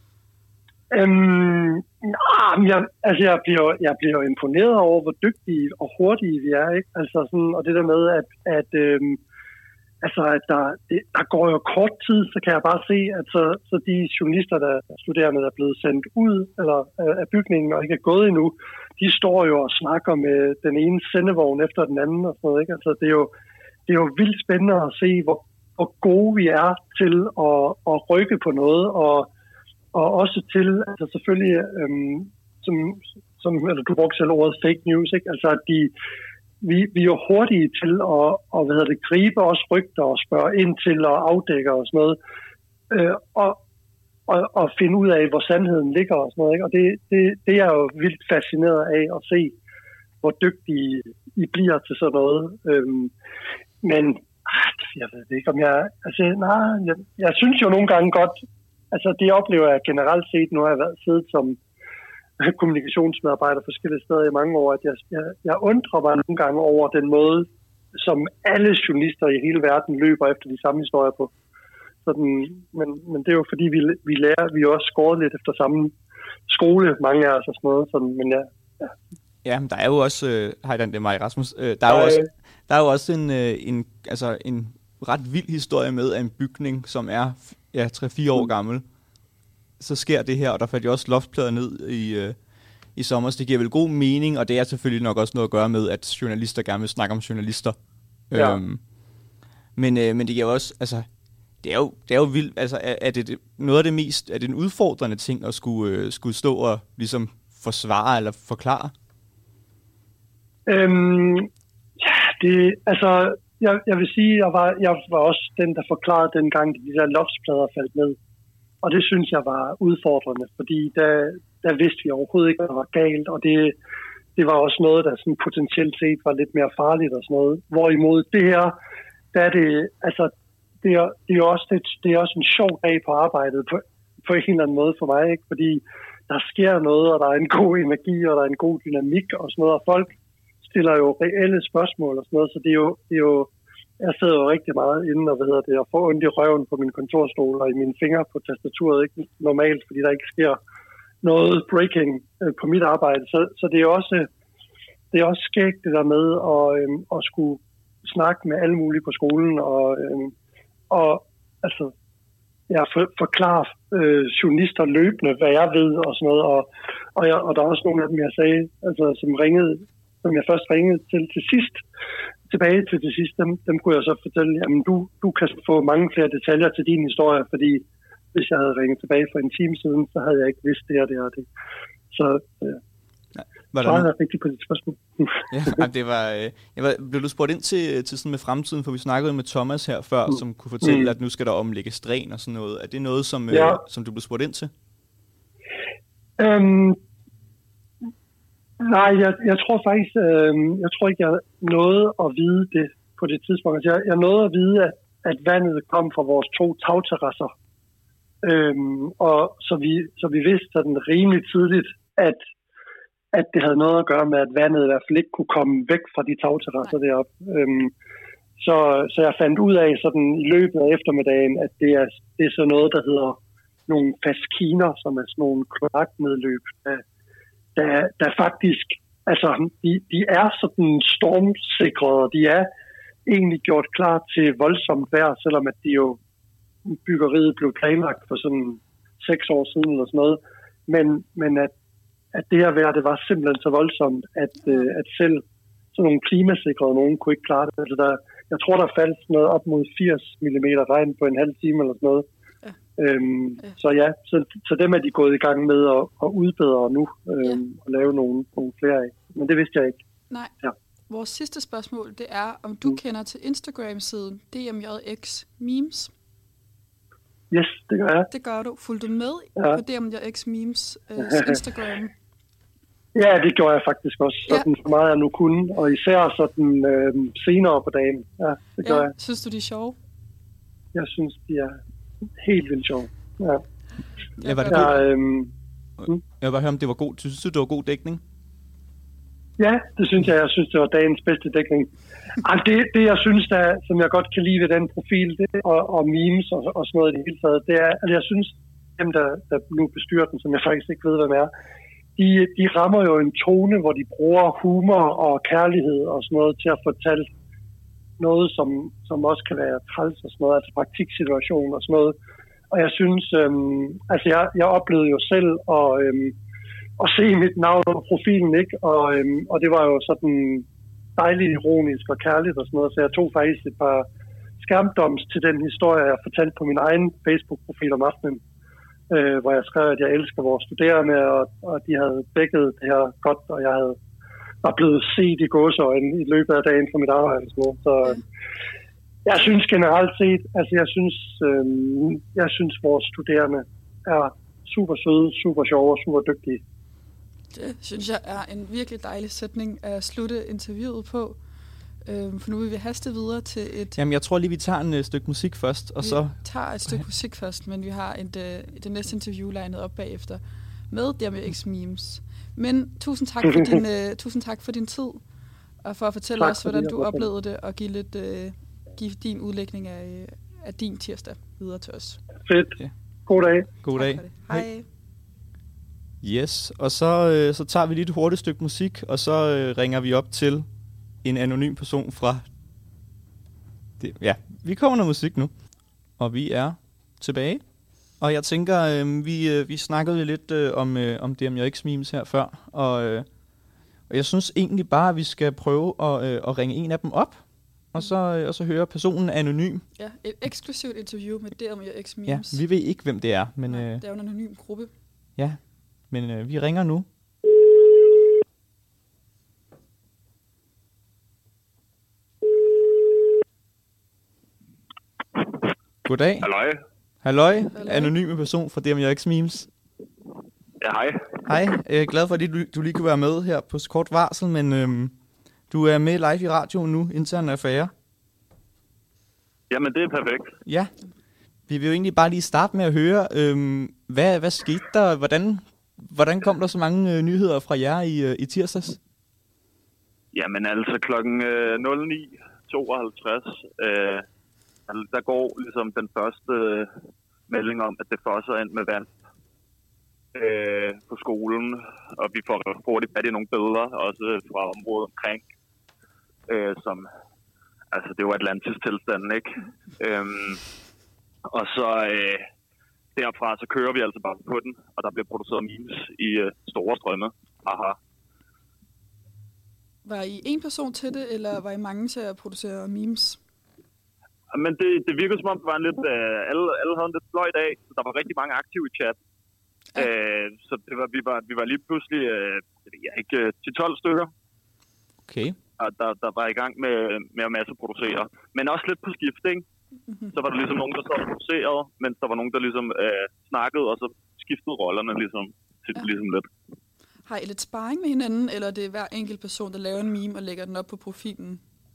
Øhm, nah, jeg, altså jeg bliver, jeg bliver imponeret over, hvor dygtige og hurtige vi er, ikke? Altså sådan, og det der med, at, at, øhm, altså at der, det, der går jo kort tid, så kan jeg bare se, at så, så de journalister, der studerende, der er blevet sendt ud eller, øh, af bygningen og ikke er gået endnu, de står jo og snakker med den ene sendevogn efter den anden og sådan noget, ikke? Altså det er jo, det er jo vildt spændende at se, hvor, hvor gode vi er til at, at rykke på noget, og Og også til, altså selvfølgelig, øhm, som, som eller du brugte selv ordet fake news, ikke? Altså at de, vi, vi er jo hurtige til at, og, hvad hedder det, gribe os rygter og spørge ind til og afdække og sådan noget, øh, og, og, og finde ud af, hvor sandheden ligger og sådan noget, ikke? Og det, det, det er jeg jo vildt fascineret af at se, hvor dygtige I bliver til sådan noget. Øhm, men jeg ved ikke, om jeg, altså nej, jeg, jeg synes jo nogle gange godt. Altså det oplever jeg generelt set, nu har jeg været siddet som kommunikationsmedarbejder forskellige steder i mange år, at jeg, jeg, jeg undrer mig nogle gange over den måde, som alle journalister i hele verden løber efter de samme historier på. Sådan, men, men det er jo fordi, vi, vi lærer, vi er også skåret lidt efter samme skole, mange af os og sådan noget. Sådan, men ja, ja. Ja, der er jo også, øh, hej Dan, det er mig, Rasmus, øh, der, er jo også, der er jo også en, øh, en, altså en ret vild historie med af en bygning, som er ja, tre-fire år gammel. Så sker det her, og der faldt jo også loftplader ned i, øh, i sommer, så det giver vel god mening, og det er selvfølgelig nok også noget at gøre med, at journalister gerne vil snakke om journalister. Ja. Øhm, men, øh, men det giver også, altså, det er jo, det er jo vildt, altså, er, er det noget af det mest, er det en udfordrende ting at skulle, øh, skulle stå og ligesom forsvare eller forklare? Øhm, ja, det, altså, jeg, jeg vil sige, jeg var, jeg var også den, der forklarede dengang, de der loftsplader faldt ned. Og det synes jeg var udfordrende, fordi der, der vidste vi overhovedet ikke, hvad der var galt, og det, det var også noget, der sådan potentielt set var lidt mere farligt og sådan noget. Hvorimod det her, der er det, altså, det er, det er, også, det, det er også en sjov dag på arbejdet på, på en eller anden måde for mig, ikke? Fordi der sker noget, og der er en god energi, og der er en god dynamik og sådan noget, og folk stiller jo reelle spørgsmål og sådan noget, så det er jo, det er jo jeg sidder jo rigtig meget inde og, hvad hedder det, og får ondt i røven på min kontorstol og i mine fingre på tastaturet, ikke normalt, fordi der ikke sker noget breaking øh, på mit arbejde. Så, så det er også det er også skægt det der med at, øh, at skulle snakke med alle mulige på skolen og, øh, og altså ja, for, forklare øh, journalister løbende, hvad jeg ved og sådan noget. Og, og, jeg, og der er også nogle af dem, jeg sagde, altså, som ringede, som jeg først ringede til til sidst, tilbage til det sidste, dem, dem kunne jeg så fortælle, jamen du, du kan få mange flere detaljer til din historie, fordi hvis jeg havde ringet tilbage for en time siden, så havde jeg ikke vidst det og det og det. Så øh, svarede jeg rigtigt på dit spørgsmål. Ja, det var, øh, jeg var, blev du spurgt ind til, til sådan med fremtiden, for vi snakkede med Thomas her før, mm. som kunne fortælle, mm. at nu skal der omlægges dræn og sådan noget. Er det noget, som, ja. øh, som du blev spurgt ind til? Øhm, Nej, jeg, jeg tror faktisk, øh, jeg tror ikke, jeg nåede at vide det på det tidspunkt. Altså, jeg, jeg nåede at vide, at, at vandet kom fra vores to tagterrasser. Øhm, og så vi, så vi vidste sådan rimelig tidligt, at, at det havde noget at gøre med, at vandet i hvert fald ikke kunne komme væk fra de tagterrasser deroppe. Øhm, så, så jeg fandt ud af sådan i løbet af eftermiddagen, at det er, det er sådan noget, der hedder nogle faskiner, som er sådan nogle kloaknedløb, der Der, der faktisk, altså de, de er sådan stormsikrede, og de er egentlig gjort klar til voldsomt vejr, selvom at de jo byggeriet blev planlagt for sådan seks år siden eller sådan noget. Men, men at, at det her vejr, det var simpelthen så voldsomt, at, øh, at selv sådan nogle klimasikrede nogen kunne ikke klare det. Altså der, jeg tror, der faldt noget op mod firs millimeter regn på en halv time eller sådan noget. Øhm, ja. Så ja, så, så dem er de gået i gang med at, at udbedre nu øhm, ja. og lave nogle, nogle flere af. Men det vidste jeg ikke. Nej. Ja. Vores sidste spørgsmål, det er, om du mm. kender til Instagram-siden D M J X Memes? Yes, det gør jeg. Det gør du. Fulgte du med ja. på D M J X Memes øh, Instagram? Ja, det gjorde jeg faktisk også. Sådan ja. meget jeg nu kunne, og især sådan øh, senere på dagen. Ja, det gør ja. jeg. Synes du, de er sjove? Jeg synes, de er helt vildt sjove. Ja. Ja, var det ja, god? Øhm, jeg vil bare høre, om det var god. Synes du, det var god dækning? Ja, det synes jeg. Jeg synes, det var dagens bedste dækning. Altså, det, det, jeg synes, der, som jeg godt kan lide ved den profil, det, og, og memes og, og sådan noget i det hele taget, det er, altså, jeg synes, dem, der, der nu bestyrer den, som jeg faktisk ikke ved, hvem er, de, de rammer jo en tone, hvor de bruger humor og kærlighed og sådan noget til at fortælle noget, som, som også kan være træls og sådan noget, altså praktiksituation og sådan noget. Og jeg synes, øhm, altså jeg, jeg oplevede jo selv at, øhm, at se mit navn på profilen, ikke? Og, øhm, og det var jo sådan dejligt ironisk og kærligt og sådan noget, så jeg tog faktisk et par skærmdoms til den historie, jeg fortalte på min egen Facebook-profil om aftenen, øh, hvor jeg skrev, at jeg elsker vores studerende, og, og de havde dækket det her godt, og jeg havde var blevet set i gåseøjne i løbet af dagen for mit arbejde. Så jeg synes generelt set, altså jeg synes, øh, jeg synes vores studerende er super søde, super sjove og super dygtige. Det synes jeg er en virkelig dejlig sætning at slutte interviewet på. Øh, for nu vil vi haste videre til et... Jamen, jeg tror lige, vi tager en uh, stykke musik først, og vi så... Vi tager et stykke musik først, men vi har et, uh, det næste interview legnet op bagefter med D M J X Memes. Men tusind tak for din, uh, tusind tak for din tid, og for at fortælle tak os, hvordan du oplevede det, og give, lidt, uh, give din udlægning af, af din tirsdag videre til os. Fedt. Ja. God dag. God dag. Hej. Yes, og så, øh, så tager vi lige et hurtigt stykke musik, og så øh, ringer vi op til en anonym person fra... Det, ja, vi kommer noget musik nu, og vi er tilbage. Og jeg tænker, øh, vi, øh, vi snakkede lidt øh, om, øh, om D M J X Memes her før, og, øh, og jeg synes egentlig bare, at vi skal prøve at, øh, at ringe en af dem op, og så, øh, og så høre personen anonym. Ja, et eksklusivt interview med D M J X Memes. Ja, vi ved ikke, hvem det er, men... Nej, øh, det er jo en anonym gruppe. Ja, men øh, vi ringer nu. Goddag. Halløj. Halløj. Anonyme person fra D M J X Memes. Ja, hej. Hej. Jeg er glad for, at du, du lige kan være med her på kort varsel, men øhm, du er med live i radioen nu, Interne Affære. Jamen, det er perfekt. Ja. Vi vil jo egentlig bare lige starte med at høre, øhm, hvad, hvad skete der? Hvordan, hvordan kom der så mange øh, nyheder fra jer i, øh, i tirsdags? Jamen altså klokken øh, nul ni tooghalvtreds, øh, der går ligesom den første øh, melding om, at det fosser ind med vand øh, på skolen, og vi får hurtigt fat i nogle billeder, også fra området omkring, øh, som, altså det er jo Atlantis-tilstanden, ikke? Øhm, og så øh, derfra så kører vi altså bare på den, og der bliver produceret memes i øh, store strømme. Aha. Var I en person til det, eller var I mange til at producere memes? Men det, det virkede som om, det var en lidt, øh, alle, alle havde en lidt fløj dag, så der var rigtig mange aktive i chat. Ja. Øh, så det var, vi, var, vi var lige pludselig, øh, jeg ikke, ti tolv stykker. Okay. Og der, der var i gang med, med at masseproducere. Men også lidt på skift, ikke? Mm-hmm. Så var der ligesom nogen, der så producerede, mens der var nogen, der ligesom øh, snakkede, og så skiftede rollerne ligesom, til, ja. ligesom lidt. Har I lidt sparring med hinanden, eller er det hver enkelt person, der laver en meme og lægger den op på profilen?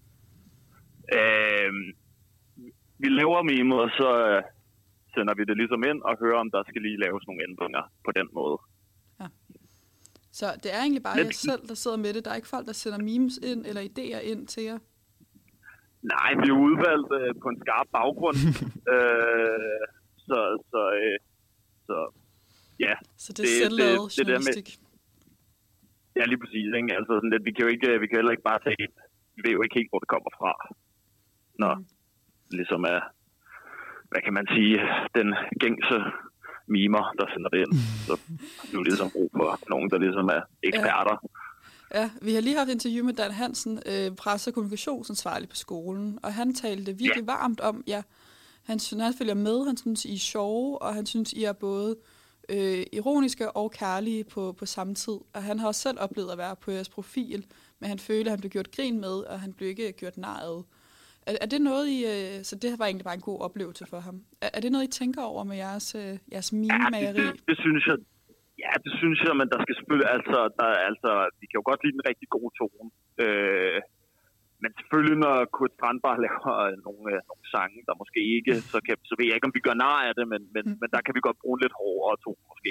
Øh, vi laver meme, og så øh, sender vi det ligesom ind og hører, om der skal lige laves nogle ændringer på den måde. Ja. Så det er egentlig bare lidt. jer selv, der sidder med det. Der er ikke folk, der sender memes ind eller idéer ind til jer? Nej, vi er udvalgt øh, på en skarp baggrund. øh, så, så, øh, så, ja. Så det er selvlavet journalistik? Ja, lige præcis. Ikke? Altså, sådan lidt, vi kan jo ikke, vi kan heller ikke bare tage, vi ved jo ikke helt, hvor det kommer fra. Når mm. ligesom er, hvad kan man sige, den gængse mimer, der sender det ind. Så nu er det ligesom brug for nogen, der ligesom er eksperter. Ja. Ja, vi har lige haft et interview med Dan Hansen, øh, presse- og kommunikationsansvarlig på skolen, og han talte virkelig ja. varmt om, ja, han synes, han følger med, han synes, I er sjove, og han synes, I er både øh, ironiske og kærlige på, på samme tid. Og han har også selv oplevet at være på jeres profil, men han følte, at han blev gjort grin med, og han blev ikke gjort narret. Er, er det noget, I... Øh, så det var egentlig bare en god oplevelse for ham. Er, er det noget, I tænker over med jeres, øh, jeres mimemageri? Ja, det, det synes jeg... Ja, det synes jeg, men der skal selvfølgelig... Altså, der, altså, vi kan jo godt lide en rigtig god tone. Øh, men selvfølgelig, når Kurt Strandberg laver nogle, øh, nogle sange, der måske ikke... Så, kan, så ved jeg ikke, om vi gør nar af det, men, men, mm. men der kan vi godt bruge en lidt hårdere tone, måske.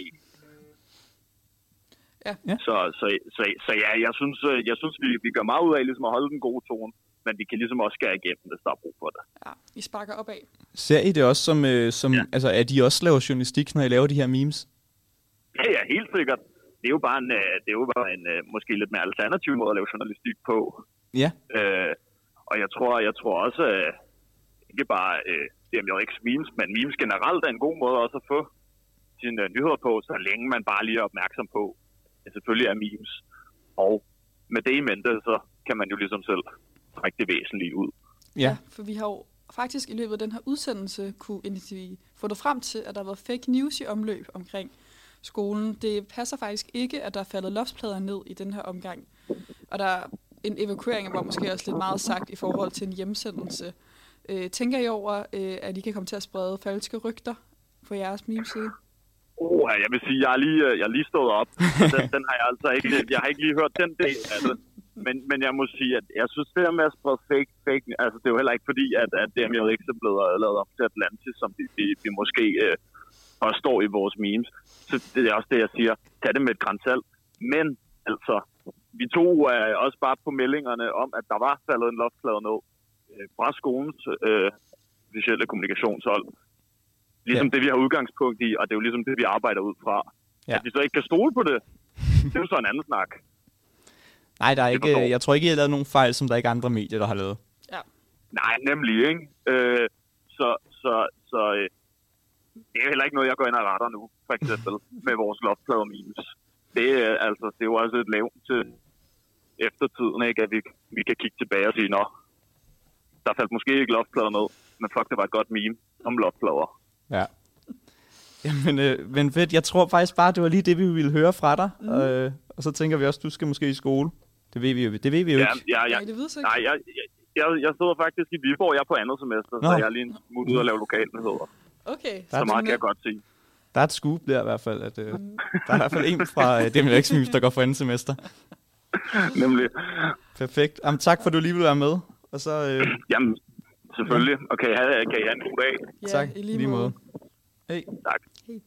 Ja. Så, så, så, så ja, jeg synes, jeg synes vi, vi gør meget ud af ligesom at holde den gode tone, men vi kan ligesom også skære igennem, hvis der er brug for det. Ja, I sparker opad. Ser I det også som, øh, som ja. altså, at de også laver journalistik, når I laver de her memes? Ja, ja, helt sikkert. Det er jo bare en, det er jo bare en måske lidt mere alternativ måde at lave journalistik på. Ja. Øh, og jeg tror, jeg tror også, øh, ikke bare øh, D M J X memes, men memes generelt er en god måde også at få sine øh, nyheder på, så længe man bare lige er opmærksom på, at selvfølgelig er memes. Og med det i mente, så kan man jo ligesom selv trække det væsentlige ud. Ja. ja, for vi har jo faktisk i løbet af den her udsendelse kunne få det frem til, at der har været fake news i omløb omkring skolen. Det passer faktisk ikke, at der er faldet loftsplader ned i den her omgang. Og der er en evakuering, hvor måske også lidt meget sagt i forhold til en hjemsendelse. Øh, tænker I over, øh, at I kan komme til at sprede falske rygter på jeres memeside? Oh, jeg vil sige, jeg er lige, jeg er lige stået op. Den, den har jeg altså ikke, jeg har ikke lige hørt den del af det. Men, men jeg må sige, at jeg synes, det der med at sprede fake, fake altså det er jo heller ikke fordi, at, at D M J X er blevet lavet om til Atlantis, som vi, vi, vi måske øh, også står i vores memes. Så det er også det, jeg siger. Tag det med et gran salt. Men altså, vi tog øh, også bare på meldingerne om, at der var faldet en loftplade ned øh, fra skolens øh, officielle kommunikationshold. Ligesom ja. Det, vi har udgangspunkt i, og det er jo ligesom det, vi arbejder ud fra. Ja. At vi så ikke kan stole på det, det er jo så en anden snak. Nej, der er ikke, jeg tror ikke, I har lavet nogen fejl, som der ikke er andre medier, der har lavet. Ja. Nej, nemlig, ikke? Øh, så så, så øh, det er heller ikke noget, jeg går ind og retter nu, for eksempel, med vores loftplade memes. Det, øh, altså, det er jo også et levn til eftertiden, ikke? At vi, vi kan kigge tilbage og sige, nå, der faldt måske ikke loftplader ned, men fuck, det var et godt meme om loftplader. Ja. Jamen, øh, men fedt, jeg tror faktisk bare, det var lige det, vi ville høre fra dig. Mm. Øh, og så tænker vi også, du skal måske i skole. Det ved vi jo, det ved vi jo ja, ikke. Ja, ja. Nej, det ved Nej, jeg, jeg, jeg, jeg sidder faktisk i Viborg, jeg er på andet semester, Nå. Så jeg er lige smut ud og lave lokalnyheder. Okay. Så meget kan jeg godt sige. Der er et scoop der i hvert fald. At, øh, mm. Der er i hvert fald en fra øh, D M J X Memes, der går for andet semester. Nemlig. Perfekt. Jamen, tak for, at du lige vil være med. Og så, øh... Jamen, selvfølgelig. Og kan I have, kan I have en god dag? Ja, tak, i lige måde. måde. Hey. Tak. Hey.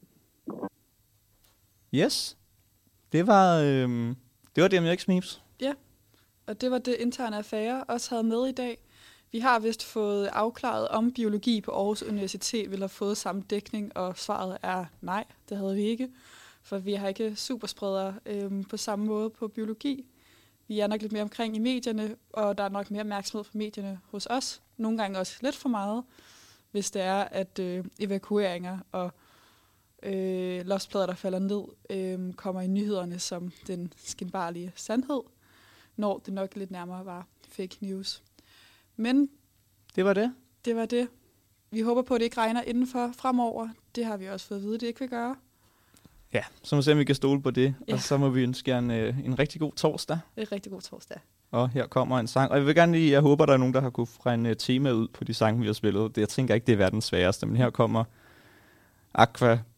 Yes. Det var, øh, det var D M J X Memes. Ja, og det var det interne affære også havde med i dag. Vi har vist fået afklaret, om biologi på Aarhus Universitet ville have fået samme dækning, og svaret er nej, det havde vi ikke. For vi har ikke superspredere øh, på samme måde på biologi. Vi er nok lidt mere omkring i medierne, og der er nok mere opmærksomhed fra medierne hos os. Nogle gange også lidt for meget, hvis det er, at øh, evakueringer og øh, loftsplader, der falder ned, øh, kommer i nyhederne som den skinbarlige sandhed, når det nok lidt nærmere var fake news. Men det var det. Det var det. Vi håber på, at det ikke regner indenfor fremover. Det har vi også fået at vide, at det ikke vil gøre. Ja, så må vi se, om vi kan stole på det. Ja. Og så må vi ønske jer en, en rigtig god torsdag. En rigtig god torsdag. Og her kommer en sang. Og jeg vil gerne lige, jeg håber, der er nogen, der har kunne regne tema ud på de sange, vi har spillet. Det, jeg tænker ikke, det er verdens sværeste, men her kommer Aqua